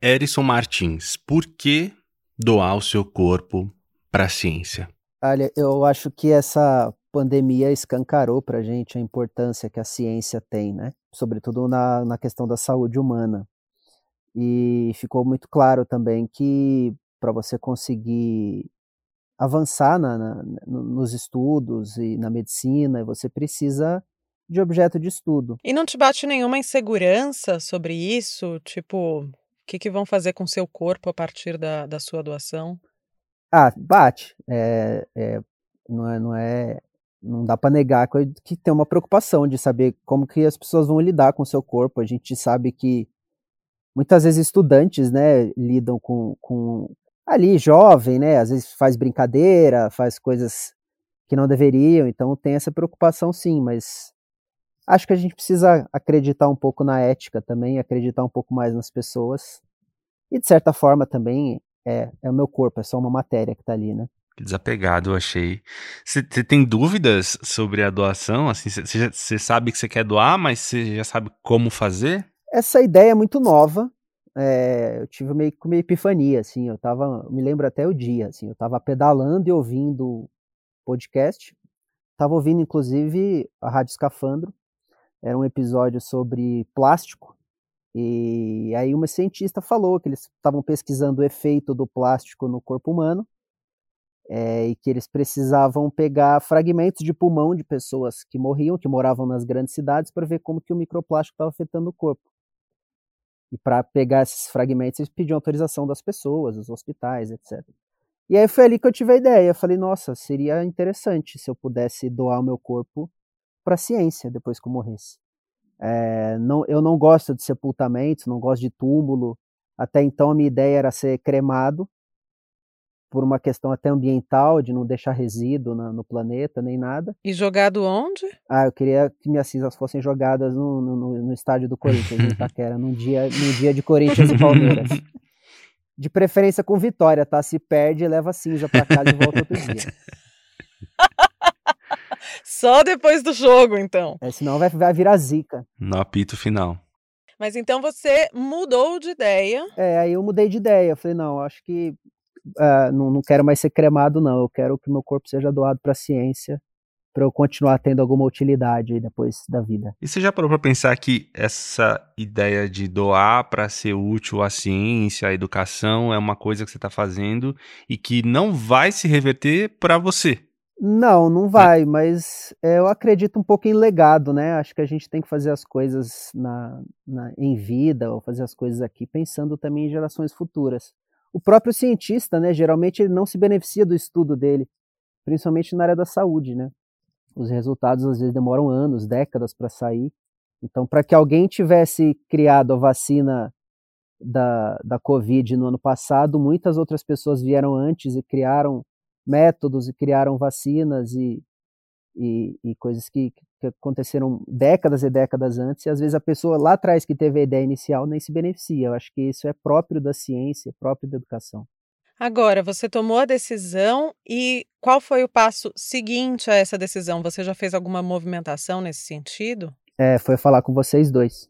Herisson Martins, por que doar o seu corpo para a ciência? Olha, eu acho que essa pandemia escancarou para a gente a importância que a ciência tem, né? Sobretudo na questão da saúde humana. E ficou muito claro também que para você conseguir avançar nos estudos e na medicina, você precisa de objeto de estudo. E não te bate nenhuma insegurança sobre isso? Tipo, o que vão fazer com o seu corpo a partir da sua doação? Bate. Não dá para negar que tem uma preocupação de saber como que as pessoas vão lidar com o seu corpo. A gente sabe que muitas vezes estudantes, né, lidam com ali jovem, né, às vezes faz brincadeira, faz coisas que não deveriam, então tem essa preocupação sim, mas acho que a gente precisa acreditar um pouco na ética também, acreditar um pouco mais nas pessoas, e de certa forma também é o meu corpo, é só uma matéria que tá ali, né. Desapegado, eu achei. Você tem dúvidas sobre a doação? Assim, você sabe que você quer doar, mas você já sabe como fazer? Essa ideia é muito nova, eu tive meio que uma epifania, assim, me lembro até o dia, assim, eu estava pedalando e ouvindo podcast, estava ouvindo inclusive a Rádio Escafandro, era um episódio sobre plástico, e aí uma cientista falou que eles estavam pesquisando o efeito do plástico no corpo humano, e que eles precisavam pegar fragmentos de pulmão de pessoas que morriam, que moravam nas grandes cidades, para ver como que o microplástico estava afetando o corpo. E para pegar esses fragmentos, eles pediam autorização das pessoas, dos hospitais, etc. E aí foi ali que eu tive a ideia. Eu falei, nossa, seria interessante se eu pudesse doar o meu corpo para a ciência depois que eu morresse. Eu não gosto de sepultamentos, não gosto de túmulo. Até então a minha ideia era ser cremado, por uma questão até ambiental, de não deixar resíduo no planeta, nem nada. E jogado onde? Eu queria que minhas cinzas fossem jogadas no estádio do Corinthians, em Itaquera, num dia de Corinthians e Palmeiras. De preferência com vitória, tá? Se perde, leva cinza pra casa e volta outro dia. Só depois do jogo, então. Senão vai virar zica. No apito final. Mas então você mudou de ideia. Aí eu mudei de ideia. Eu falei, não, acho que não quero mais ser cremado, não. Eu quero que meu corpo seja doado pra ciência, para eu continuar tendo alguma utilidade aí depois da vida. E você já parou para pensar que essa ideia de doar para ser útil à ciência, à educação, é uma coisa que você está fazendo e que não vai se reverter para você? Não vai, mas eu acredito um pouco em legado, né? Acho que a gente tem que fazer as coisas em vida, ou fazer as coisas aqui, pensando também em gerações futuras. O próprio cientista, né? Geralmente ele não se beneficia do estudo dele, principalmente na área da saúde, né? Os resultados às vezes demoram anos, décadas para sair. Então, para que alguém tivesse criado a vacina da Covid no ano passado, muitas outras pessoas vieram antes e criaram métodos e criaram vacinas e coisas que aconteceram décadas e décadas antes, e às vezes a pessoa lá atrás que teve a ideia inicial nem se beneficia. Eu acho que isso é próprio da ciência, próprio da educação. Agora, você tomou a decisão e qual foi o passo seguinte a essa decisão? Você já fez alguma movimentação nesse sentido? Foi falar com vocês dois.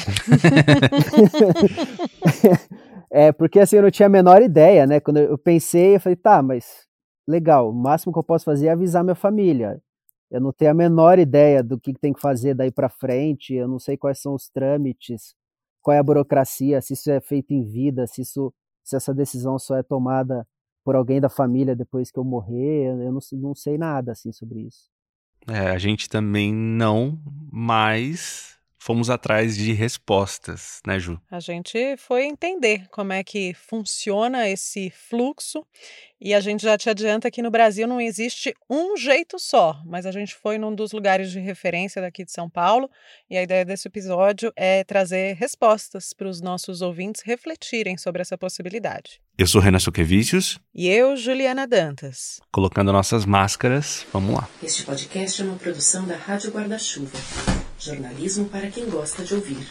Porque assim, eu não tinha a menor ideia, né? Quando eu pensei, eu falei, tá, mas legal, o máximo que eu posso fazer é avisar minha família. Eu não tenho a menor ideia do que tem que fazer daí para frente, eu não sei quais são os trâmites, qual é a burocracia, se isso é feito em vida, se essa decisão só é tomada por alguém da família depois que eu morrer, eu não sei nada assim sobre isso. A gente também não, mas fomos atrás de respostas, né, Ju? A gente foi entender como é que funciona esse fluxo e a gente já te adianta que no Brasil não existe um jeito só, mas a gente foi num dos lugares de referência daqui de São Paulo e a ideia desse episódio é trazer respostas para os nossos ouvintes refletirem sobre essa possibilidade. Eu sou Renan Suquevicius. E eu, Juliana Dantas. Colocando nossas máscaras, vamos lá. Este podcast é uma produção da Rádio Guarda-Chuva. Jornalismo para quem gosta de ouvir.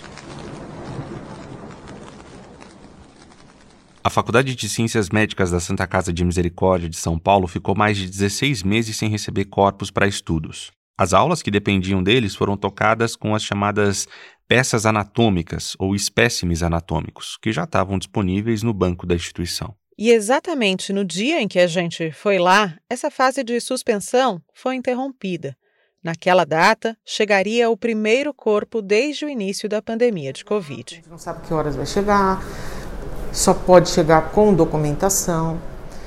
A Faculdade de Ciências Médicas da Santa Casa de Misericórdia de São Paulo ficou mais de 16 meses sem receber corpos para estudos. As aulas que dependiam deles foram tocadas com as chamadas peças anatômicas ou espécimes anatômicos, que já estavam disponíveis no banco da instituição. E exatamente no dia em que a gente foi lá, essa fase de suspensão foi interrompida. Naquela data, chegaria o primeiro corpo desde o início da pandemia de Covid. A gente não sabe que horas vai chegar, só pode chegar com documentação.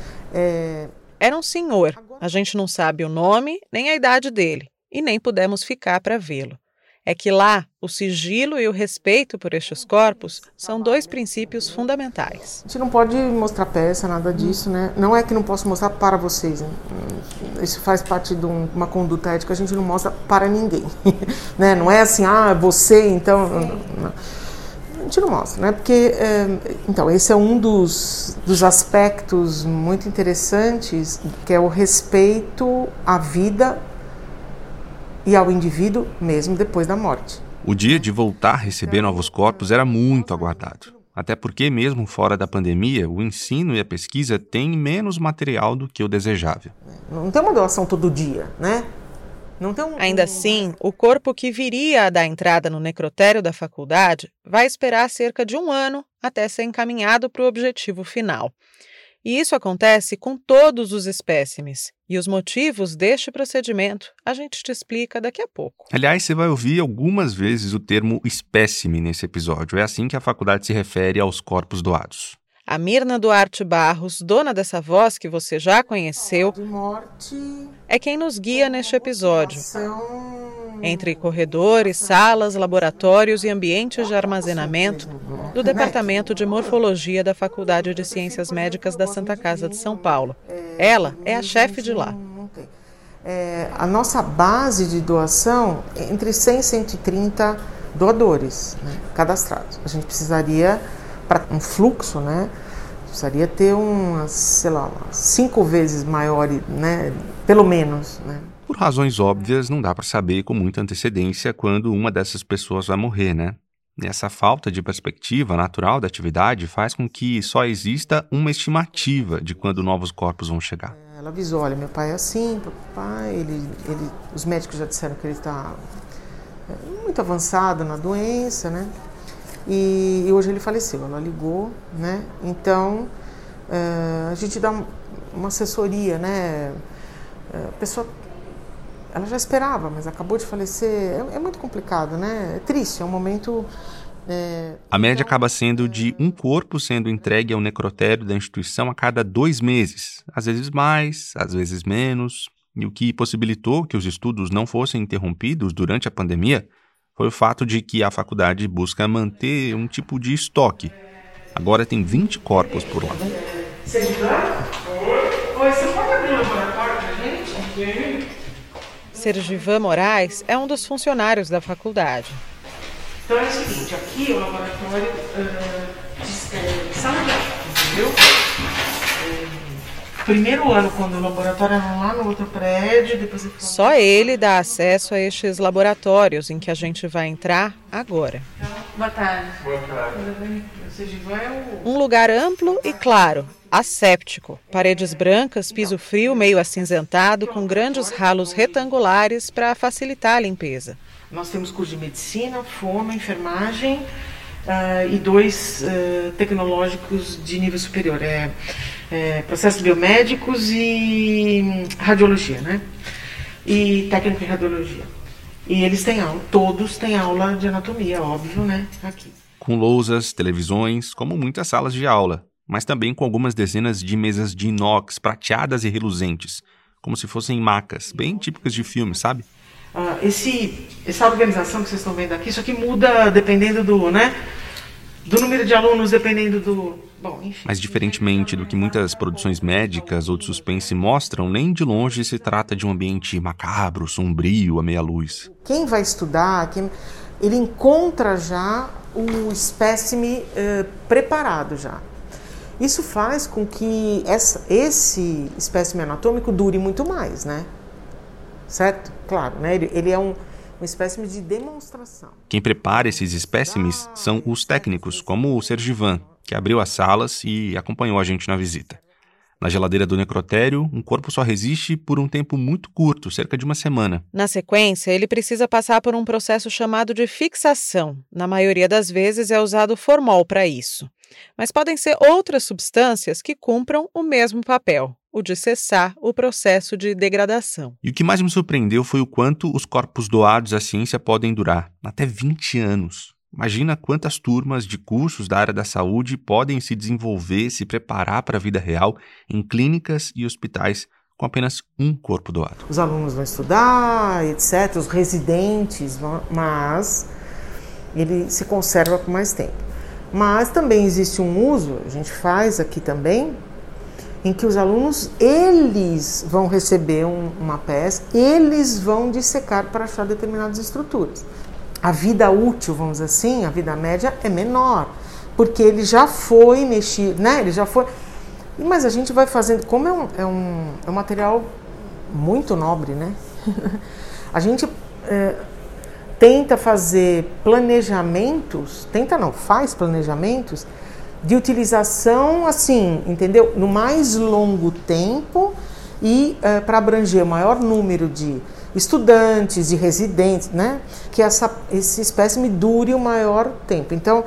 Era um senhor, a gente não sabe o nome nem a idade dele, e nem pudemos ficar para vê-lo. É que lá, o sigilo e o respeito por estes corpos são 2 princípios fundamentais. A gente não pode mostrar peça, nada disso, né? Não é que não posso mostrar para vocês, né? Isso faz parte de uma conduta ética, a gente não mostra para ninguém, né? Não é assim, você, então... Não. A gente não mostra, né? Porque, então, esse é um dos aspectos muito interessantes, que é o respeito à vida e ao indivíduo mesmo depois da morte. O dia de voltar a receber novos corpos era muito aguardado. Até porque, mesmo fora da pandemia, o ensino e a pesquisa têm menos material do que o desejável. Não tem uma doação todo dia, né? Não tem Ainda assim, o corpo que viria a dar entrada no necrotério da faculdade vai esperar cerca de 1 ano até ser encaminhado para o objetivo final. E isso acontece com todos os espécimes. E os motivos deste procedimento a gente te explica daqui a pouco. Aliás, você vai ouvir algumas vezes o termo espécime nesse episódio. É assim que a faculdade se refere aos corpos doados. A Mirna Duarte Barros, dona dessa voz que você já conheceu, é quem nos guia neste episódio. Entre corredores, salas, laboratórios e ambientes de armazenamento do Departamento de Morfologia da Faculdade de Ciências Médicas da Santa Casa de São Paulo. Ela é a chefe de lá. A nossa base de doação é entre 100 e 130 doadores, né, cadastrados. A gente precisaria, para um fluxo, né, precisaria ter umas 5 vezes maior, né, pelo menos, né. Por razões óbvias, não dá para saber com muita antecedência quando uma dessas pessoas vai morrer, né? E essa falta de perspectiva natural da atividade faz com que só exista uma estimativa de quando novos corpos vão chegar. Ela avisou, olha, meu pai é assim, papai, os médicos já disseram que ele está muito avançado na doença, né? E hoje ele faleceu, ela ligou, né? Então, a gente dá uma assessoria, né? A pessoa, ela já esperava, mas acabou de falecer. É muito complicado, né? É triste, é um momento... A média acaba sendo de um corpo sendo entregue ao necrotério da instituição a cada 2 meses. Às vezes mais, às vezes menos. E o que possibilitou que os estudos não fossem interrompidos durante a pandemia foi o fato de que a faculdade busca manter um tipo de estoque. Agora tem 20 corpos por lá. Você pode abrir o laboratório pra gente? Sergivan Moraes é um dos funcionários da faculdade. Então é o seguinte, aqui é o laboratório de sala de aula, entendeu? Primeiro ano, quando o laboratório era lá no outro prédio, depois... Só ele dá acesso a estes laboratórios em que a gente vai entrar agora. Boa tarde. Boa tarde. Tudo bem? Um lugar amplo e claro, asséptico. Paredes brancas, piso frio meio acinzentado, com grandes ralos retangulares para facilitar a limpeza. Nós temos curso de medicina, fono, enfermagem e 2 tecnológicos de nível superior. Processos biomédicos e radiologia, né? E técnica em radiologia. E eles têm aula, todos têm aula de anatomia, óbvio, né? Aqui. Com lousas, televisões, como muitas salas de aula, mas também com algumas dezenas de mesas de inox prateadas e reluzentes, como se fossem macas, bem típicas de filme, sabe? Essa organização que vocês estão vendo aqui, isso aqui muda dependendo do número de alunos, dependendo do... Bom, enfim. Mas diferentemente do que muitas produções médicas ou de suspense mostram, nem de longe se trata de um ambiente macabro, sombrio, à meia luz. Quem vai estudar, ele encontra já o espécime preparado já. Isso faz com que esse espécime anatômico dure muito mais, né? Certo? Claro, né? Ele é uma espécime de demonstração. Quem prepara esses espécimes são os técnicos, como o Sergivan, que abriu as salas e acompanhou a gente na visita. Na geladeira do necrotério, um corpo só resiste por um tempo muito curto, cerca de uma semana. Na sequência, ele precisa passar por um processo chamado de fixação. Na maioria das vezes é usado formol para isso. Mas podem ser outras substâncias que cumpram o mesmo papel, o de cessar o processo de degradação. E o que mais me surpreendeu foi o quanto os corpos doados à ciência podem durar, até 20 anos. Imagina quantas turmas de cursos da área da saúde podem se desenvolver, se preparar para a vida real em clínicas e hospitais com apenas um corpo doado. Os alunos vão estudar, etc., os residentes, mas ele se conserva por mais tempo. Mas também existe um uso, a gente faz aqui também, em que os alunos, eles vão receber uma peça, eles vão dissecar para achar determinadas estruturas. A vida útil, vamos dizer assim, a vida média é menor, porque ele já foi mexido, né? Ele já foi. Mas a gente vai fazendo, como é um material muito nobre, né? A gente tenta fazer planejamentos, faz planejamentos de utilização, assim, entendeu? No mais longo tempo e para abranger o maior número de estudantes, de residentes, né? Que esse espécime dure o maior tempo. Então,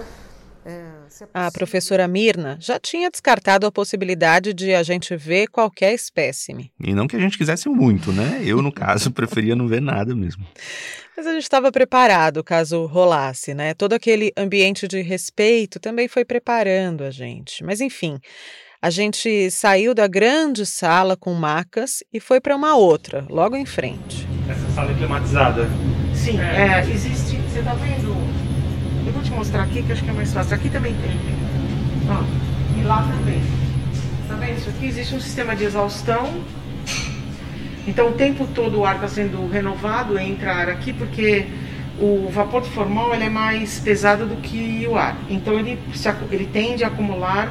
a professora Mirna já tinha descartado a possibilidade de a gente ver qualquer espécime. E não que a gente quisesse muito, né? Eu, no caso, preferia não ver nada mesmo. Mas a gente estava preparado caso rolasse, né? Todo aquele ambiente de respeito também foi preparando a gente. Mas enfim, a gente saiu da grande sala com macas e foi para uma outra, logo em frente. Essa sala é climatizada? Sim, existe, você está vendo? Eu vou te mostrar aqui que acho que é mais fácil. Aqui também tem. Ó, e lá também. Tá vendo? Isso aqui existe um sistema de exaustão. Então o tempo todo o ar está sendo renovado, entra ar aqui, porque o vapor de formol ele é mais pesado do que o ar. Então ele tende a acumular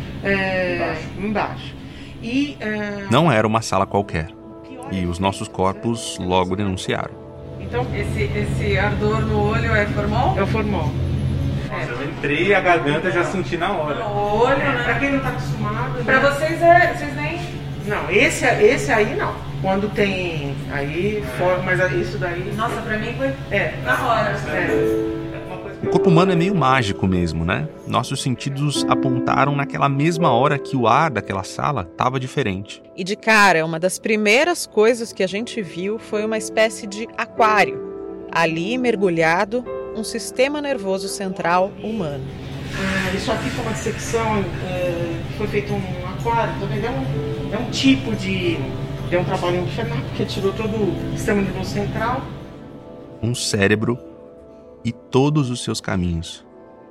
embaixo. Não era uma sala qualquer. E os nossos corpos logo denunciaram. Então, esse ardor no olho é formol? É o formol. Nossa, eu entrei e a garganta já senti na hora. No olho, né? Pra quem não tá acostumado... Pra né? vocês nem... Não, esse aí não. Quando tem... Aí, mas isso daí... Nossa, pra mim foi na hora. O corpo humano é meio mágico mesmo, né? Nossos sentidos apontaram naquela mesma hora que o ar daquela sala estava diferente. E de cara, uma das primeiras coisas que a gente viu foi uma espécie de aquário. Ali, mergulhado, um sistema nervoso central humano. Isso aqui foi uma dissecção, foi feito um aquário, tá vendo? É um tipo de... Deu um trabalho infernal, porque tirou todo o sistema nervoso central. Um cérebro e todos os seus caminhos.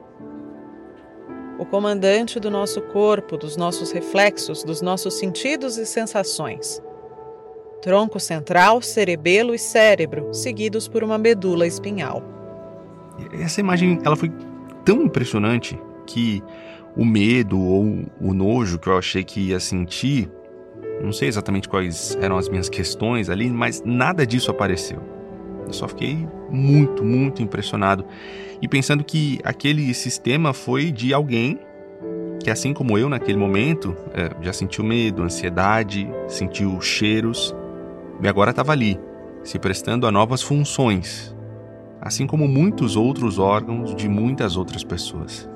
O comandante do nosso corpo, dos nossos reflexos, dos nossos sentidos e sensações. Tronco central, cerebelo e cérebro, seguidos por uma medula espinhal. Essa imagem ela foi tão impressionante que o medo ou o nojo que eu achei que ia sentir, não sei exatamente quais eram as minhas questões ali, mas nada disso apareceu. Eu só fiquei muito, muito impressionado. E pensando que aquele sistema foi de alguém que, assim como eu naquele momento, já sentiu medo, ansiedade, sentiu cheiros e agora estava ali, se prestando a novas funções, assim como muitos outros órgãos de muitas outras pessoas.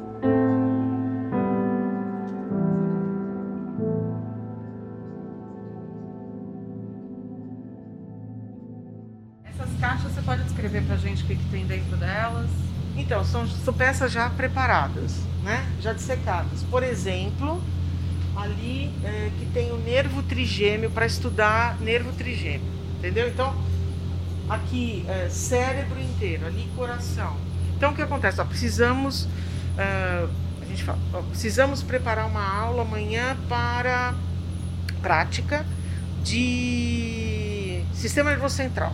Caixas, você pode descrever pra gente o que tem dentro delas? Então, são peças já preparadas, né? Já dissecadas. Por exemplo, ali que tem o nervo trigêmeo para estudar nervo trigêmeo, entendeu? Então, aqui cérebro inteiro, ali coração. Então, o que acontece? Precisamos preparar uma aula amanhã para prática de sistema nervoso central.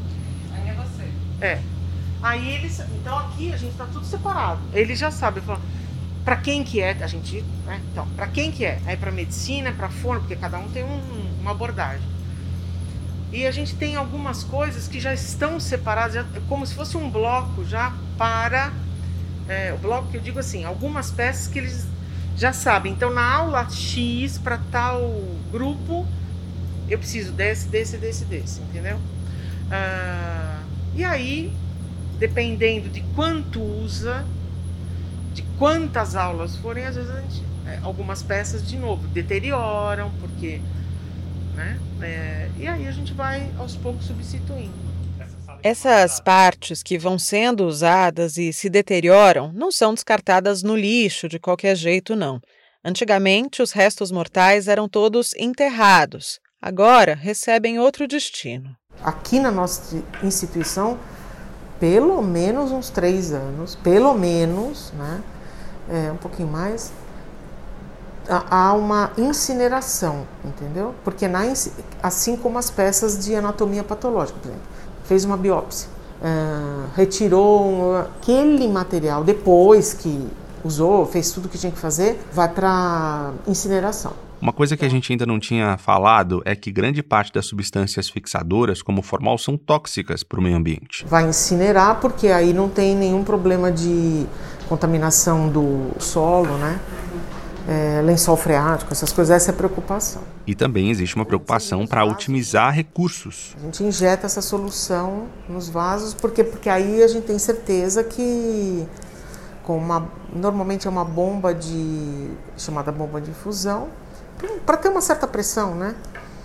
Aí eles, então aqui a gente está tudo separado. Eles já sabem, para quem que é, a gente, né? Então, para quem que é? É para medicina, é para forno, porque cada um tem uma abordagem. E a gente tem algumas coisas que já estão separadas, já, como se fosse um bloco já para o bloco que eu digo assim, algumas peças que eles já sabe. Então, na aula X, para tal grupo, eu preciso desse, entendeu? E aí, dependendo de quanto usa, de quantas aulas forem, às vezes algumas peças, de novo, deterioram, porque... né? E aí a gente vai, aos poucos, substituindo. Essas partes que vão sendo usadas e se deterioram não são descartadas no lixo de qualquer jeito, não. Antigamente, os restos mortais eram todos enterrados. Agora, recebem outro destino. Aqui na nossa instituição, pelo menos uns 3 anos, pelo menos, né? Um pouquinho mais, há uma incineração, entendeu? Porque assim como as peças de anatomia patológica, por exemplo, fez uma biópsia, retirou aquele material, depois que usou, fez tudo o que tinha que fazer, vai para incineração. Uma coisa que a gente ainda não tinha falado é que grande parte das substâncias fixadoras, como o formol, são tóxicas para o meio ambiente. Vai incinerar porque aí não tem nenhum problema de contaminação do solo, né? Lençol freático, essas coisas, essa é a preocupação. E também existe uma preocupação para otimizar recursos. A gente injeta essa solução nos vasos, porque aí a gente tem certeza que normalmente é uma bomba chamada bomba de infusão, para ter uma certa pressão, né?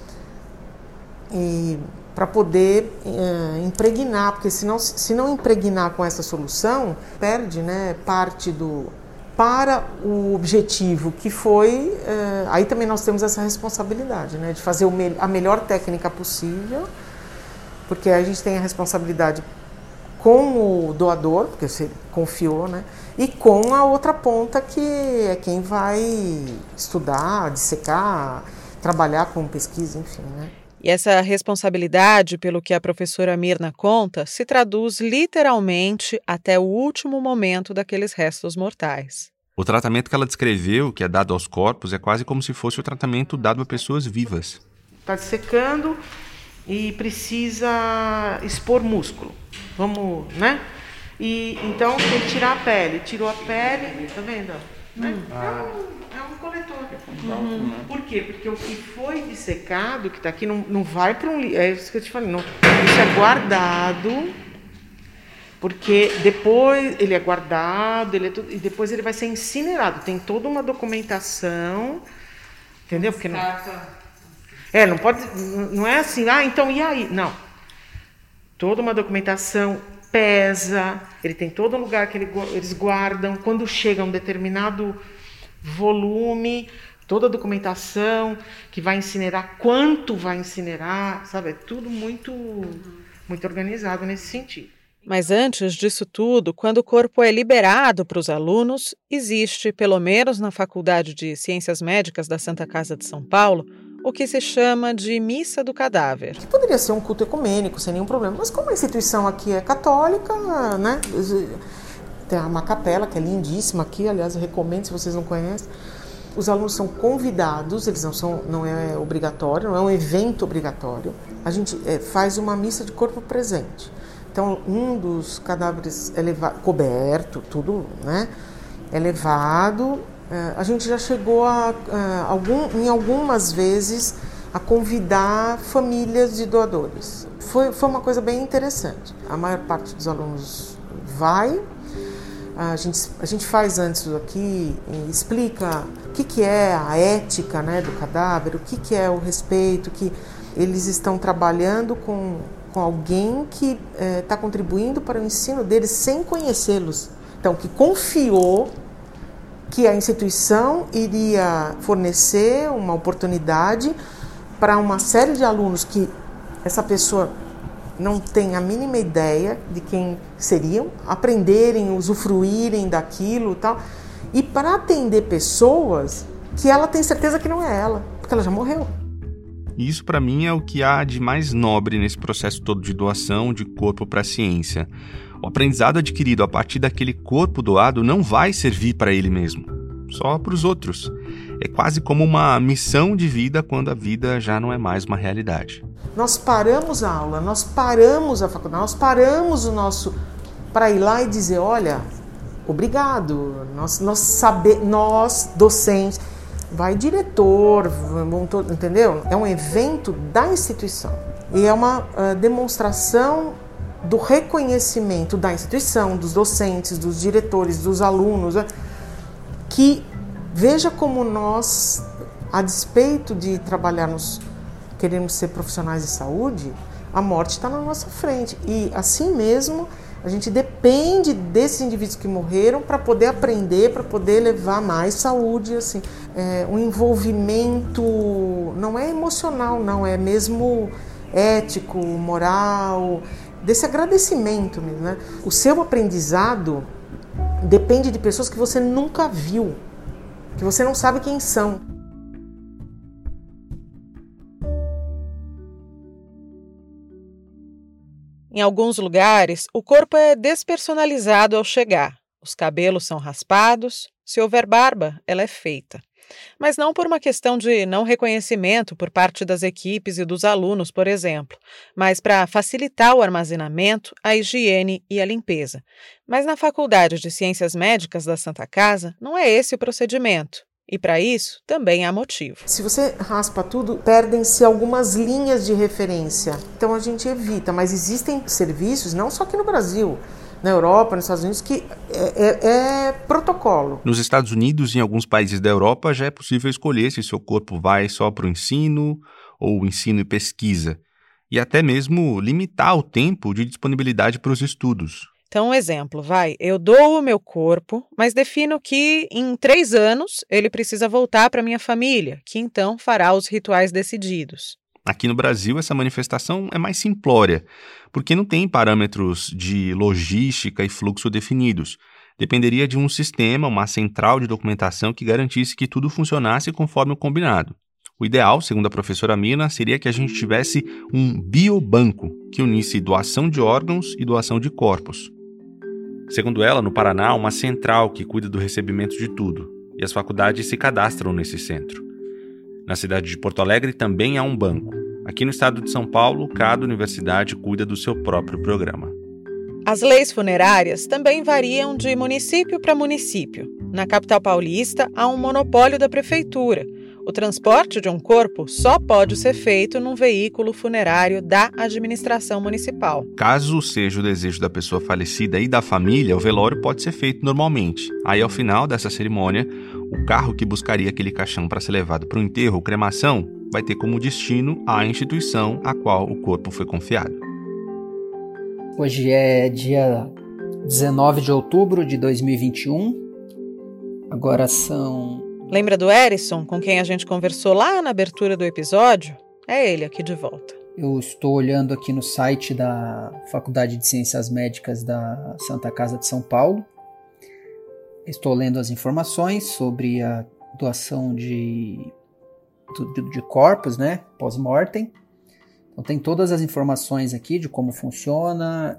E para poder impregnar, porque se não impregnar com essa solução, perde, né, parte para o objetivo que foi, aí também nós temos essa responsabilidade, né, de fazer a melhor técnica possível, porque a gente tem a responsabilidade com o doador, porque você confiou, né, e com a outra ponta que é quem vai estudar, dissecar, trabalhar com pesquisa, enfim, né. E essa responsabilidade, pelo que a professora Mirna conta, se traduz literalmente até o último momento daqueles restos mortais. O tratamento que ela descreveu, que é dado aos corpos, é quase como se fosse o tratamento dado a pessoas vivas. Está dissecando e precisa expor músculo. Vamos, né? E então tem que tirar a pele. Tirou a pele, tá vendo? Né? É um coletor. Por quê? Porque o que foi dissecado, que está aqui, não vai para um lixo. É isso que eu te falei. Isso é guardado, porque depois ele é guardado, e depois ele vai ser incinerado. Tem toda uma documentação, entendeu? Porque não pode, não é assim, então e aí? Não. Toda uma documentação, pesa, ele tem todo um lugar que eles guardam. Quando chega a um determinado volume, toda a documentação que vai incinerar, quanto vai incinerar, sabe? É tudo muito, muito organizado nesse sentido. Mas antes disso tudo, quando o corpo é liberado para os alunos, existe, pelo menos na Faculdade de Ciências Médicas da Santa Casa de São Paulo, o que se chama de missa do cadáver. Que poderia ser um culto ecumênico, sem nenhum problema, mas como a instituição aqui é católica, né? Tem uma capela que é lindíssima aqui, aliás, eu recomendo se vocês não conhecem. Os alunos são convidados, não é obrigatório, não é um evento obrigatório. A gente faz uma missa de corpo presente. Então, um dos cadáveres é coberto, tudo, né? É levado. A gente já chegou em algumas vezes a convidar famílias de doadores. Foi uma coisa bem interessante. A maior parte dos alunos vai. A gente faz antes aqui, explica o que é a ética, né, do cadáver, o que é o respeito, que eles estão trabalhando com alguém que está contribuindo para o ensino deles sem conhecê-los. Então, que confiou que a instituição iria fornecer uma oportunidade para uma série de alunos que essa pessoa não tem a mínima ideia de quem seriam, aprenderem, usufruírem daquilo e tal, e para atender pessoas que ela tem certeza que não é ela, porque ela já morreu. E isso, para mim, é o que há de mais nobre nesse processo todo de doação de corpo para a ciência. O aprendizado adquirido a partir daquele corpo doado não vai servir para ele mesmo, só para os outros. É quase como uma missão de vida quando a vida já não é mais uma realidade. Nós paramos a aula, nós paramos a faculdade, nós paramos o nosso para ir lá e dizer, olha, obrigado, nós docentes, vai diretor, entendeu? É um evento da instituição e é uma demonstração do reconhecimento da instituição, dos docentes, dos diretores, dos alunos, que veja como nós, a despeito de queremos ser profissionais de saúde, a morte está na nossa frente e assim mesmo a gente depende desses indivíduos que morreram para poder aprender, para poder levar mais saúde, assim. Um envolvimento não é emocional, não, é mesmo ético, moral, desse agradecimento mesmo, né? O seu aprendizado depende de pessoas que você nunca viu, que você não sabe quem são. Em alguns lugares, o corpo é despersonalizado ao chegar. Os cabelos são raspados, se houver barba, ela é feita. Mas não por uma questão de não reconhecimento por parte das equipes e dos alunos, por exemplo, mas para facilitar o armazenamento, a higiene e a limpeza. Mas na Faculdade de Ciências Médicas da Santa Casa, não é esse o procedimento. E para isso, também há motivo. Se você raspa tudo, perdem-se algumas linhas de referência. Então a gente evita, mas existem serviços, não só aqui no Brasil, na Europa, nos Estados Unidos, que é protocolo. Nos Estados Unidos e em alguns países da Europa já é possível escolher se seu corpo vai só para o ensino ou ensino e pesquisa. E até mesmo limitar o tempo de disponibilidade para os estudos. Então, um exemplo, eu dou o meu corpo, mas defino que em 3 anos ele precisa voltar para minha família, que então fará os rituais decididos. Aqui no Brasil, essa manifestação é mais simplória, porque não tem parâmetros de logística e fluxo definidos. Dependeria de um sistema, uma central de documentação que garantisse que tudo funcionasse conforme o combinado. O ideal, segundo a professora Mina, seria que a gente tivesse um biobanco que unisse doação de órgãos e doação de corpos. Segundo ela, no Paraná, há uma central que cuida do recebimento de tudo, e as faculdades se cadastram nesse centro. Na cidade de Porto Alegre também há um banco. Aqui no estado de São Paulo, cada universidade cuida do seu próprio programa. As leis funerárias também variam de município para município. Na capital paulista, há um monopólio da prefeitura. O transporte de um corpo só pode ser feito num veículo funerário da administração municipal. Caso seja o desejo da pessoa falecida e da família, o velório pode ser feito normalmente. Aí, ao final dessa cerimônia, o carro que buscaria aquele caixão para ser levado para o enterro ou cremação vai ter como destino a instituição a qual o corpo foi confiado. Hoje é dia 19 de outubro de 2021. Agora são... Lembra do Erison, com quem a gente conversou lá na abertura do episódio? É ele aqui de volta. Eu estou olhando aqui no site da Faculdade de Ciências Médicas da Santa Casa de São Paulo. Estou lendo as informações sobre a doação de corpos, né, pós-mortem. Então tem todas as informações aqui de como funciona,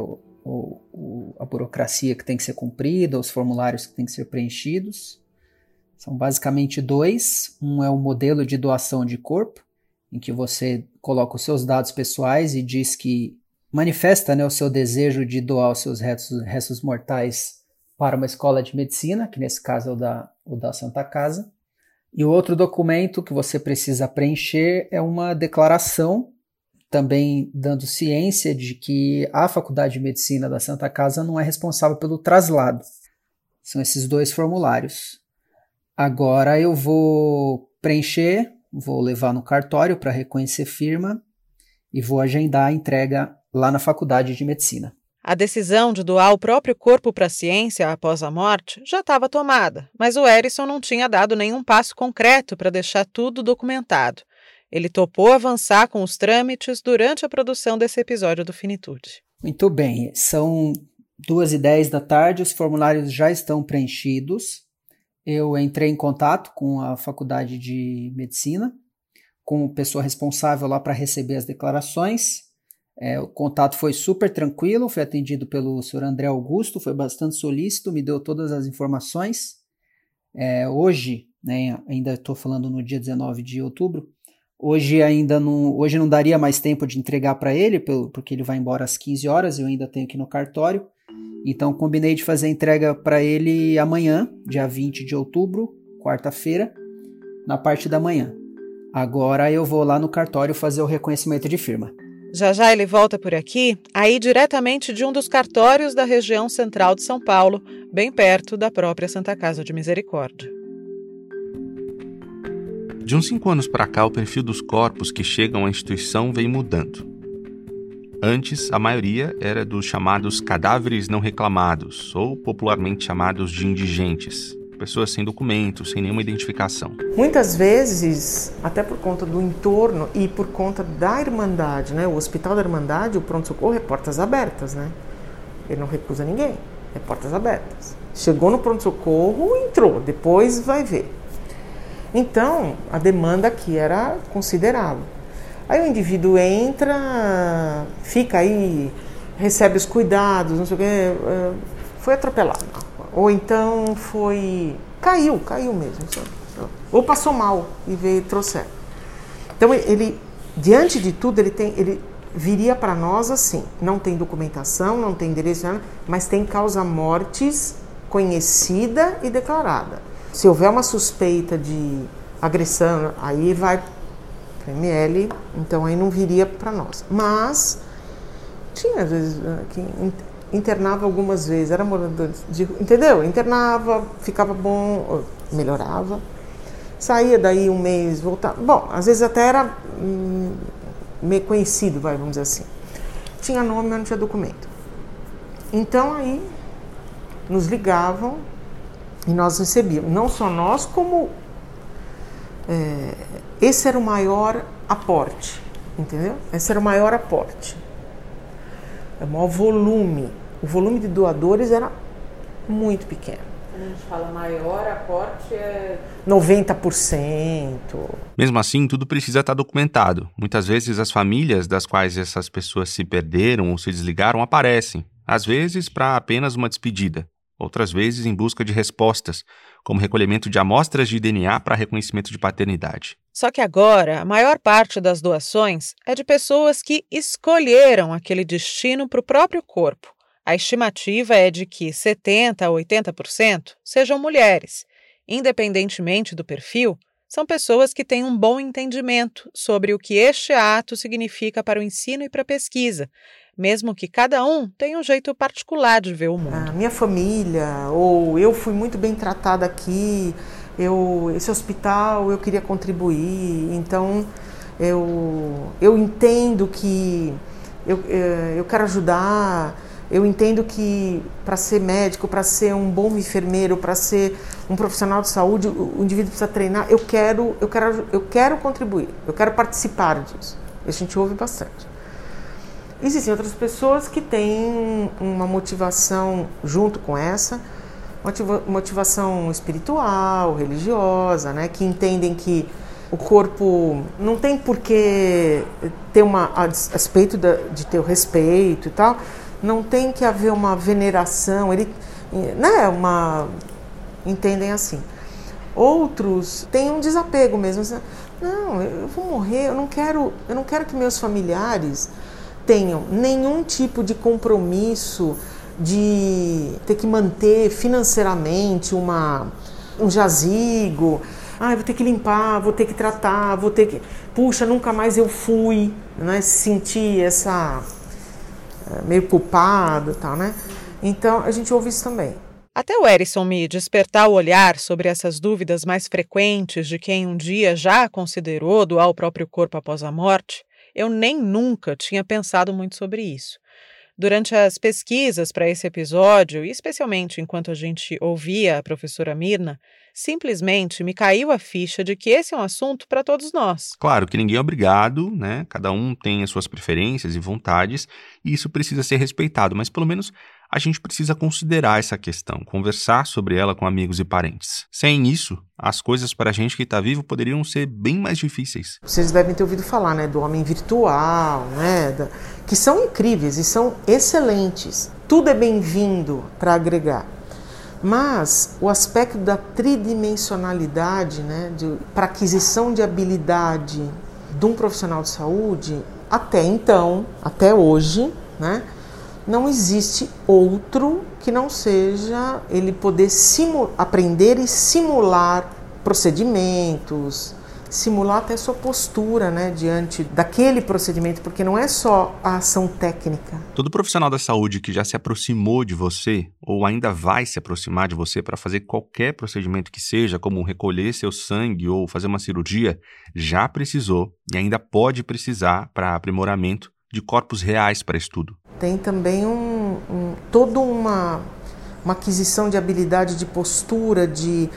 a burocracia que tem que ser cumprida, os formulários que tem que ser preenchidos. São basicamente 2. Um é o modelo de doação de corpo, em que você coloca os seus dados pessoais e diz que manifesta, né, o seu desejo de doar os seus restos mortais para uma escola de medicina, que nesse caso é o da Santa Casa. E o outro documento que você precisa preencher é uma declaração, também dando ciência de que a Faculdade de Medicina da Santa Casa não é responsável pelo traslado. São esses 2 formulários. Agora eu vou preencher, vou levar no cartório para reconhecer firma e vou agendar a entrega lá na Faculdade de Medicina. A decisão de doar o próprio corpo para a ciência após a morte já estava tomada, mas o Erison não tinha dado nenhum passo concreto para deixar tudo documentado. Ele topou avançar com os trâmites durante a produção desse episódio do Finitude. Muito bem, são 2h10 da tarde, os formulários já estão preenchidos. Eu entrei em contato com a Faculdade de Medicina, com a pessoa responsável lá para receber as declarações. O contato foi super tranquilo, foi atendido pelo Sr. André Augusto, foi bastante solícito, me deu todas as informações. Hoje, né, ainda estou falando no dia 19 de outubro, hoje não daria mais tempo de entregar para ele, porque ele vai embora às 15 horas, eu ainda tenho que ir no cartório. Então combinei de fazer a entrega para ele amanhã, dia 20 de outubro, quarta-feira, na parte da manhã. Agora eu vou lá no cartório fazer o reconhecimento de firma. Já já ele volta por aqui, aí diretamente de um dos cartórios da região central de São Paulo, bem perto da própria Santa Casa de Misericórdia. De uns 5 anos para cá, o perfil dos corpos que chegam à instituição vem mudando. Antes, a maioria era dos chamados cadáveres não reclamados, ou popularmente chamados de indigentes, pessoas sem documentos, sem nenhuma identificação. Muitas vezes, até por conta do entorno e por conta da Irmandade, né? O Hospital da Irmandade, o pronto-socorro é portas abertas, né? Ele não recusa ninguém, é portas abertas. Chegou no pronto-socorro, entrou, depois vai ver. Então, a demanda aqui era considerável. Aí o indivíduo entra, fica aí, recebe os cuidados, não sei o quê, foi atropelado. Ou então caiu mesmo, sabe? Ou passou mal e veio trouxer. Então ele, diante de tudo, ele viria para nós assim, não tem documentação, não tem endereço, mas tem causa mortis conhecida e declarada. Se houver uma suspeita de agressão, aí vai para ML, então aí não viria para nós. Mas tinha às vezes que internava algumas vezes, era morador de, entendeu? Internava, ficava bom, melhorava, saía daí um mês, voltava. Bom, às vezes até era meio conhecido, vamos dizer assim. Tinha nome, mas não tinha documento. Então aí nos ligavam e nós recebíamos, não só nós, como esse era o maior aporte, entendeu? Esse era o maior aporte. O maior volume. O volume de doadores era muito pequeno. Quando a gente fala maior aporte, é 90%. Mesmo assim, tudo precisa estar documentado. Muitas vezes as famílias das quais essas pessoas se perderam ou se desligaram aparecem, às vezes para apenas uma despedida, outras vezes em busca de respostas, como recolhimento de amostras de DNA para reconhecimento de paternidade. Só que agora, a maior parte das doações é de pessoas que escolheram aquele destino para o próprio corpo. A estimativa é de que 70% a 80% sejam mulheres. Independentemente do perfil, são pessoas que têm um bom entendimento sobre o que este ato significa para o ensino e para a pesquisa, mesmo que cada um tenha um jeito particular de ver o mundo. A minha família, ou eu fui muito bem tratada aqui, esse hospital eu queria contribuir, então eu entendo que eu quero ajudar, eu entendo que para ser médico, para ser um bom enfermeiro, para ser um profissional de saúde, o indivíduo precisa treinar, eu quero contribuir, eu quero participar disso. A gente ouve bastante. Existem outras pessoas que têm uma motivação junto com essa, motivação espiritual, religiosa, né, que entendem que o corpo não tem por que ter a despeito de ter o respeito e tal, não tem que haver uma veneração, entendem assim. Outros têm um desapego mesmo, assim, não, eu vou morrer, eu não quero que meus familiares tenham nenhum tipo de compromisso de ter que manter financeiramente um jazigo. Vou ter que limpar, vou ter que tratar, puxa, nunca mais eu fui, né? Sentir meio culpado e tal, né? Então, a gente ouve isso também. Até o Erison me despertar o olhar sobre essas dúvidas mais frequentes de quem um dia já considerou doar o próprio corpo após a morte, eu nem nunca tinha pensado muito sobre isso. Durante as pesquisas para esse episódio, e especialmente enquanto a gente ouvia a professora Mirna, simplesmente me caiu a ficha de que esse é um assunto para todos nós. Claro que ninguém é obrigado, né? Cada um tem as suas preferências e vontades, e isso precisa ser respeitado, mas pelo menos a gente precisa considerar essa questão, conversar sobre ela com amigos e parentes. Sem isso, as coisas para a gente que está vivo poderiam ser bem mais difíceis. Vocês devem ter ouvido falar, né, do homem virtual, né, que são incríveis e são excelentes. Tudo é bem-vindo para agregar. Mas o aspecto da tridimensionalidade, né, para aquisição de habilidade de um profissional de saúde, até então, até hoje, né, não existe outro que não seja ele poder aprender e simular procedimentos, simular até sua postura, né, diante daquele procedimento, porque não é só a ação técnica. Todo profissional da saúde que já se aproximou de você ou ainda vai se aproximar de você para fazer qualquer procedimento que seja, como recolher seu sangue ou fazer uma cirurgia, já precisou e ainda pode precisar para aprimoramento de corpos reais para estudo. Tem também toda uma aquisição de habilidade de postura, de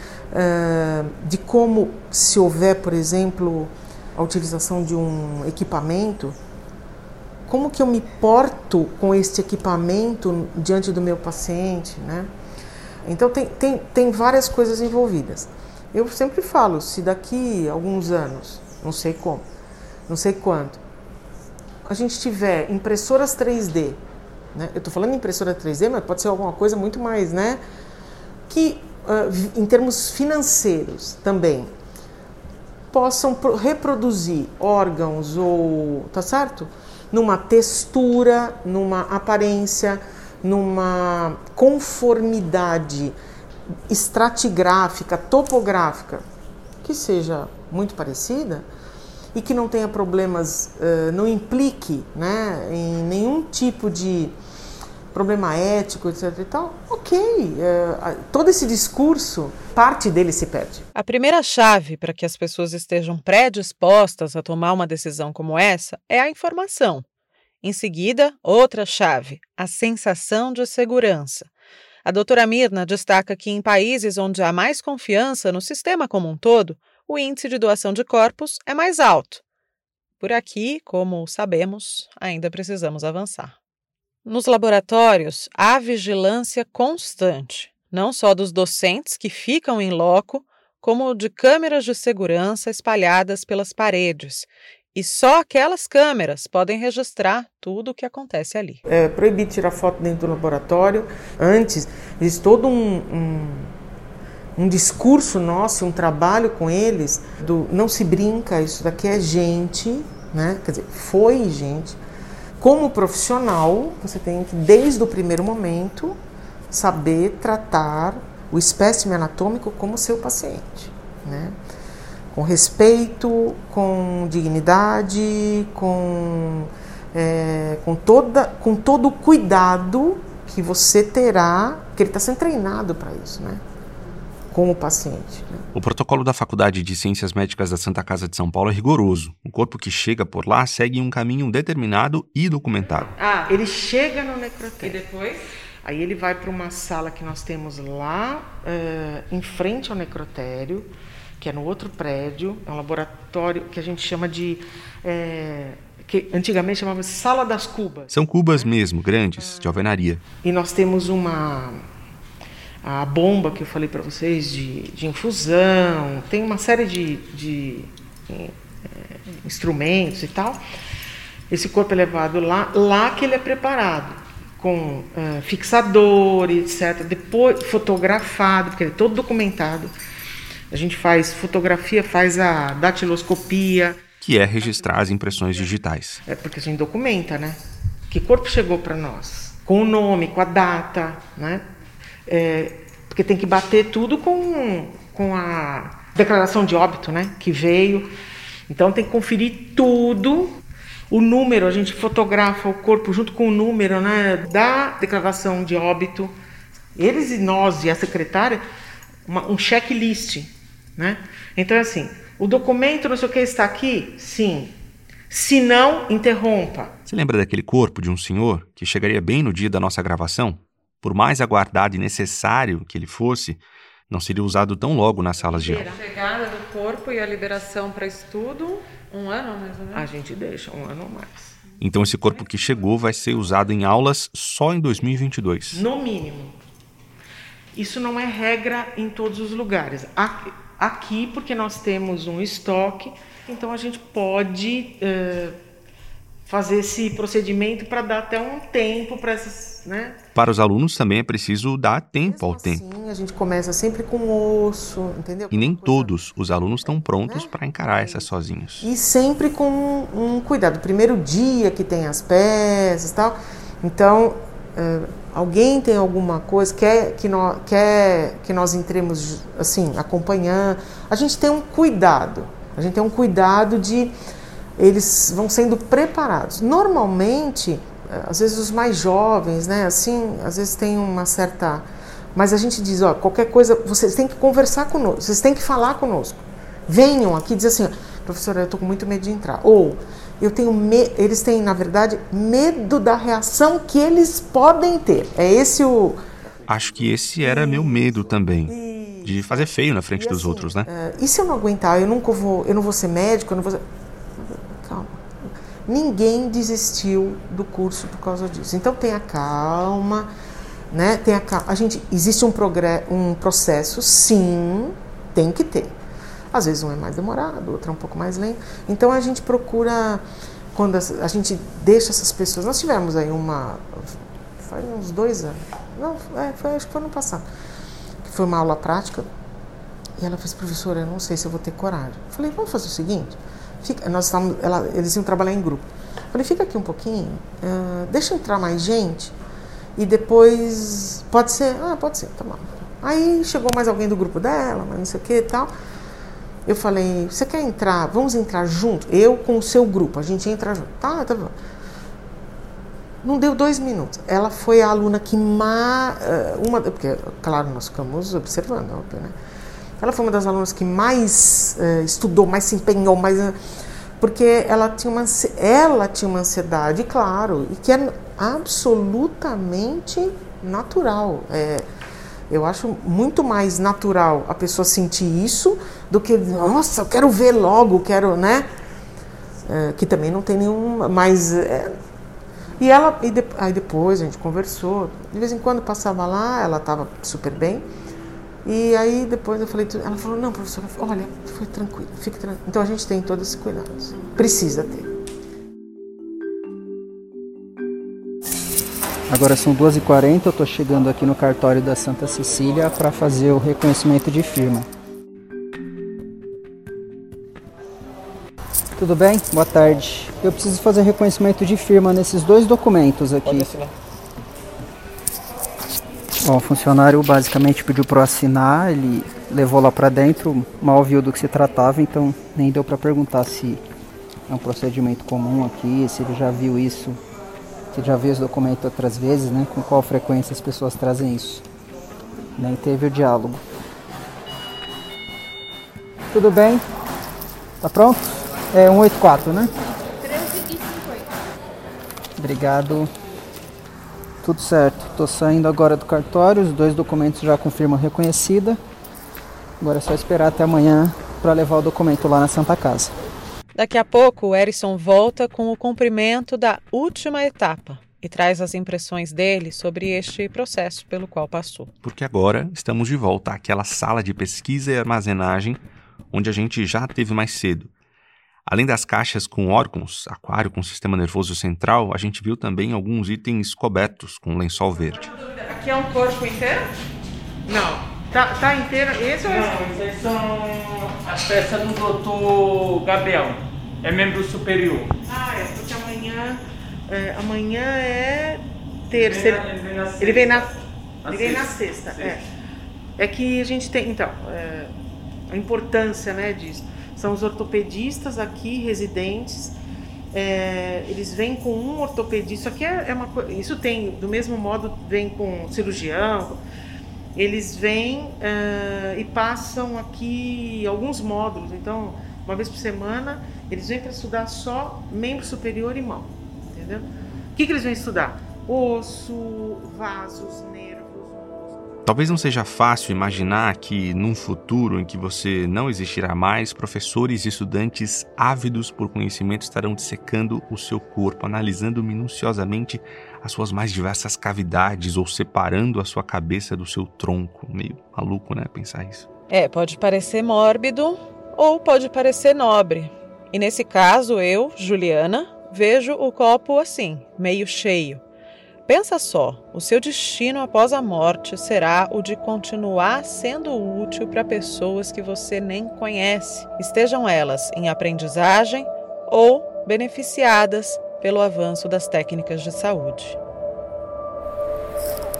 como, se houver, por exemplo, a utilização de um equipamento, como que eu me porto com este equipamento diante do meu paciente, né? Então tem várias coisas envolvidas. Eu sempre falo, se daqui a alguns anos, não sei como, não sei quanto, a gente tiver impressoras 3D, né? Eu estou falando de impressora 3D, mas pode ser alguma coisa muito mais, né? Que em termos financeiros também possam reproduzir órgãos ou, tá certo? Numa textura, numa aparência, numa conformidade estratigráfica, topográfica, que seja muito parecida e que não tenha problemas, não implique, né, em nenhum tipo de problema ético, etc. e tal, todo esse discurso, parte dele se perde. A primeira chave para que as pessoas estejam predispostas a tomar uma decisão como essa é a informação. Em seguida, outra chave, a sensação de segurança. A doutora Mirna destaca que em países onde há mais confiança no sistema como um todo, o índice de doação de corpos é mais alto. Por aqui, como sabemos, ainda precisamos avançar. Nos laboratórios, há vigilância constante, não só dos docentes que ficam em loco, como de câmeras de segurança espalhadas pelas paredes. E só aquelas câmeras podem registrar tudo o que acontece ali. É proibido tirar foto dentro do laboratório. Antes, existe todo um discurso nosso, um trabalho com eles, do não se brinca, isso daqui é gente, né? Quer dizer, foi gente. Como profissional, você tem que, desde o primeiro momento, saber tratar o espécime anatômico como seu paciente, né? Com respeito, com dignidade, com todo o cuidado que você terá, porque ele está sendo treinado para isso, né? Com o paciente. Né? O protocolo da Faculdade de Ciências Médicas da Santa Casa de São Paulo é rigoroso. O corpo que chega por lá segue um caminho determinado e documentado. Ele chega no necrotério. E depois? Aí ele vai para uma sala que nós temos lá, em frente ao necrotério, que é no outro prédio, é um laboratório que a gente chama de... que antigamente chamava Sala das Cubas. São cubas mesmo, grandes, de alvenaria. E nós temos a bomba que eu falei para vocês de infusão, tem uma série de instrumentos e tal. Esse corpo é levado lá que ele é preparado, com fixador, etc. Depois fotografado, porque ele é todo documentado. A gente faz fotografia, faz a datiloscopia. Que é registrar as impressões digitais. Porque a gente documenta, né? Que corpo chegou para nós? Com o nome, com a data, né? Porque tem que bater tudo com a declaração de óbito, né? Que veio. Então tem que conferir tudo. O número, a gente fotografa o corpo junto com o número, né? Da declaração de óbito. Eles e nós e a secretária, um checklist, né? Então é assim, o documento não sei o que está aqui? Sim. Se não, interrompa. Você lembra daquele corpo de um senhor que chegaria bem no dia da nossa gravação? Por mais aguardado e necessário que ele fosse, não seria usado tão logo nas salas de aula. A chegada do corpo e a liberação para estudo, 1 ano mais ou menos? A gente deixa 1 ano ou mais. Então esse corpo que chegou vai ser usado em aulas só em 2022. No mínimo. Isso não é regra em todos os lugares. Aqui, porque nós temos um estoque, então a gente pode fazer esse procedimento para dar até um tempo para essas, né? Para os alunos também é preciso dar tempo ao tempo. Assim, a gente começa sempre com osso, entendeu? E nem todos os alunos estão prontos para encarar essas sozinhos. E sempre com um cuidado. Primeiro dia que tem as peças e tal. Então, alguém tem alguma coisa, quer que nós entremos assim, acompanhando, a gente tem um cuidado. A gente tem um cuidado de... Eles vão sendo preparados. Normalmente, às vezes os mais jovens, né, assim, às vezes tem uma certa... Mas a gente diz, ó, qualquer coisa, vocês têm que conversar conosco, vocês têm que falar conosco. Venham aqui e dizer assim, professora, eu estou com muito medo de entrar. Ou, eles têm, na verdade, medo da reação que eles podem ter. É esse o... Acho que esse era meu medo também, de fazer feio na frente dos outros, né? E se eu não aguentar, eu não vou ser médico, eu não vou ser... Calma. Ninguém desistiu do curso por causa disso. Então tenha calma, né? Existe um processo, sim, tem que ter. Às vezes um é mais demorado, outro é um pouco mais lento. Então a gente procura, quando a gente deixa essas pessoas... Nós tivemos aí faz uns 2 anos. Não, acho que foi ano passado. Que foi uma aula prática. E ela fez, professora, eu não sei se eu vou ter coragem. Eu falei, vamos fazer o seguinte... eles iam trabalhar em grupo. Eu falei, fica aqui um pouquinho, deixa entrar mais gente e depois... Pode ser? Pode ser, tá bom. Aí chegou mais alguém do grupo dela, mas não sei o que e tal. Eu falei, você quer entrar? Vamos entrar junto? Eu com o seu grupo, a gente entra junto. Tá bom. Não deu 2 minutos. Ela foi a aluna que porque, claro, nós ficamos observando, óbvio, né? Ela foi uma das alunas que mais estudou, mais se empenhou, porque ela tinha uma ansiedade, claro, e que é absolutamente natural. Eu acho muito mais natural a pessoa sentir isso do que, nossa, eu quero ver logo, né? Que também não tem nenhum... Mas... Aí depois a gente conversou, de vez em quando passava lá, ela estava super bem. E aí depois eu falei, ela falou, não, professora, olha, foi tranquilo, fique tranquilo. Então a gente tem todos esses cuidados, precisa ter. Agora são 2h40, eu estou chegando aqui no cartório da Santa Cecília para fazer o reconhecimento de firma. Tudo bem? Boa tarde. Eu preciso fazer reconhecimento de firma nesses 2 documentos aqui. Pode assinar. Bom, o funcionário basicamente pediu para eu assinar, ele levou lá para dentro, mal viu do que se tratava, então nem deu para perguntar se é um procedimento comum aqui, se ele já viu isso, se ele já viu esse documento outras vezes, né? Com qual frequência as pessoas trazem isso. Nem teve o diálogo. Tudo bem? Tá pronto? É 184, né? 13h50. Obrigado. Tudo certo. Estou saindo agora do cartório, os 2 documentos já com firma reconhecida. Agora é só esperar até amanhã para levar o documento lá na Santa Casa. Daqui a pouco o Hérisson volta com o cumprimento da última etapa e traz as impressões dele sobre este processo pelo qual passou. Porque agora estamos de volta àquela sala de pesquisa e armazenagem onde a gente já esteve mais cedo. Além das caixas com órgãos, aquário com sistema nervoso central, a gente viu também alguns itens cobertos com lençol verde. Aqui é um corpo inteiro? Não. Tá inteiro? Esse ou esse? Não, essas são as peças do doutor Gabriel. É membro superior. Porque amanhã é terça. Ele vem na sexta. É que a gente tem, então, a importância, né, disso. São os ortopedistas aqui, residentes, eles vêm com um ortopedista, isso tem, do mesmo modo, vem com cirurgião, eles vêm e passam aqui alguns módulos, então, uma vez por semana, eles vêm para estudar só membro superior e mão, entendeu? O que eles vêm estudar? Osso, vasos, nervos. Talvez não seja fácil imaginar que, num futuro em que você não existirá mais, professores e estudantes ávidos por conhecimento estarão dissecando o seu corpo, analisando minuciosamente as suas mais diversas cavidades ou separando a sua cabeça do seu tronco. Meio maluco, né, pensar isso. Pode parecer mórbido ou pode parecer nobre. E nesse caso, eu, Juliana, vejo o copo assim, meio cheio. Pensa só, o seu destino após a morte será o de continuar sendo útil para pessoas que você nem conhece, estejam elas em aprendizagem ou beneficiadas pelo avanço das técnicas de saúde.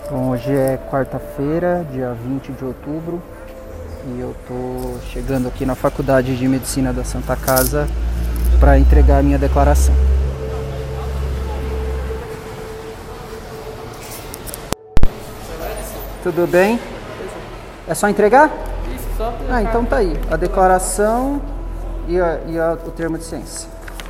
Bom, hoje é quarta-feira, dia 20 de outubro, e eu tô chegando aqui na Faculdade de Medicina da Santa Casa para entregar a minha declaração. Tudo bem? É só entregar? Isso, só. Ah, então tá aí. A declaração e o termo de ciência.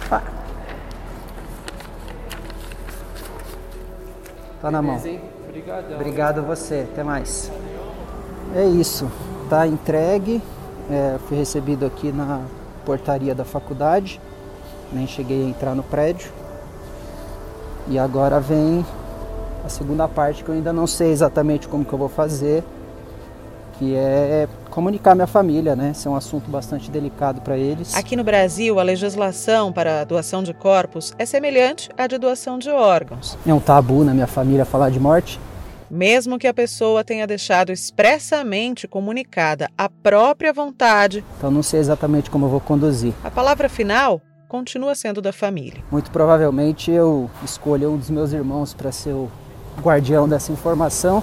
Tá na mão. Obrigadão. Obrigado a você. Até mais. É isso. Tá entregue. Fui recebido aqui na portaria da faculdade. Nem cheguei a entrar no prédio. E agora vem a segunda parte que eu ainda não sei exatamente como que eu vou fazer, que é comunicar minha família, né? Esse é um assunto bastante delicado para eles. Aqui no Brasil, a legislação para a doação de corpos é semelhante à de doação de órgãos. É um tabu na minha família falar de morte. Mesmo que a pessoa tenha deixado expressamente comunicada a própria vontade, Então não sei exatamente como eu vou conduzir. a palavra final continua sendo da família. Muito provavelmente eu escolho um dos meus irmãos para ser o guardião dessa informação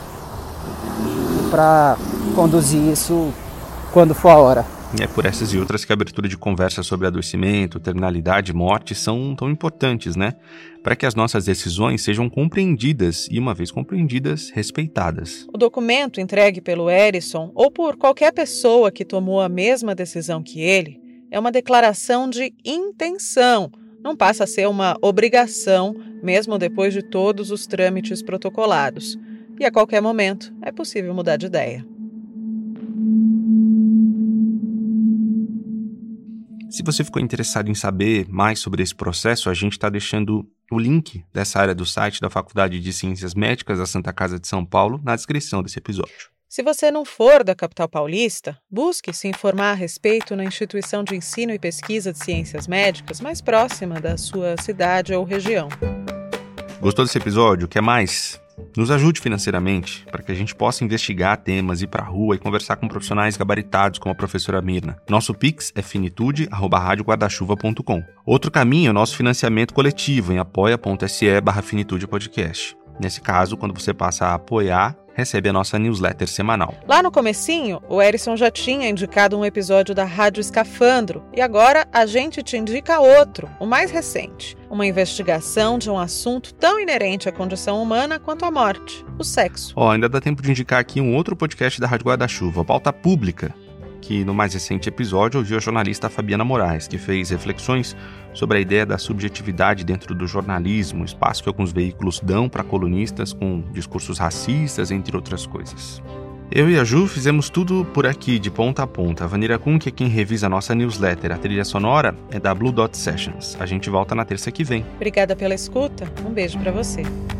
e para conduzir isso quando for a hora. É por essas e outras que a abertura de conversa sobre adoecimento, terminalidade e morte são tão importantes, né? Para que as nossas decisões sejam compreendidas e, uma vez compreendidas, respeitadas. O documento entregue pelo Herisson ou por qualquer pessoa que tomou a mesma decisão que ele é uma declaração de intenção. Não passa a ser uma obrigação, mesmo depois de todos os trâmites protocolados. E a qualquer momento é possível mudar de ideia. Se você ficou interessado em saber mais sobre esse processo, a gente está deixando o link dessa área do site da Faculdade de Ciências Médicas da Santa Casa de São Paulo na descrição desse episódio. Se você não for da capital paulista, busque se informar a respeito na instituição de ensino e pesquisa de ciências médicas mais próxima da sua cidade ou região. Gostou desse episódio? Quer mais? Nos ajude financeiramente para que a gente possa investigar temas, ir para a rua e conversar com profissionais gabaritados como a professora Mirna. Nosso Pix é finitude@radioguardachuva.com. Outro caminho é o nosso financiamento coletivo em apoia.se/finitudepodcast. Nesse caso, quando você passa a apoiar, recebe a nossa newsletter semanal. Lá no comecinho, o Herisson já tinha indicado um episódio da Rádio Escafandro e agora a gente te indica outro, o mais recente. Uma investigação de um assunto tão inerente à condição humana quanto a morte, o sexo. Ainda dá tempo de indicar aqui um outro podcast da Rádio Guarda-Chuva, Pauta Pública, que no mais recente episódio ouviu a jornalista Fabiana Moraes, que fez reflexões sobre a ideia da subjetividade dentro do jornalismo, espaço que alguns veículos dão para colunistas com discursos racistas, entre outras coisas. Eu e a Ju fizemos tudo por aqui, de ponta a ponta. A Vanira Kuhn, que é quem revisa a nossa newsletter. A trilha sonora é da Blue Dot Sessions. A gente volta na terça que vem. Obrigada pela escuta, um beijo para você.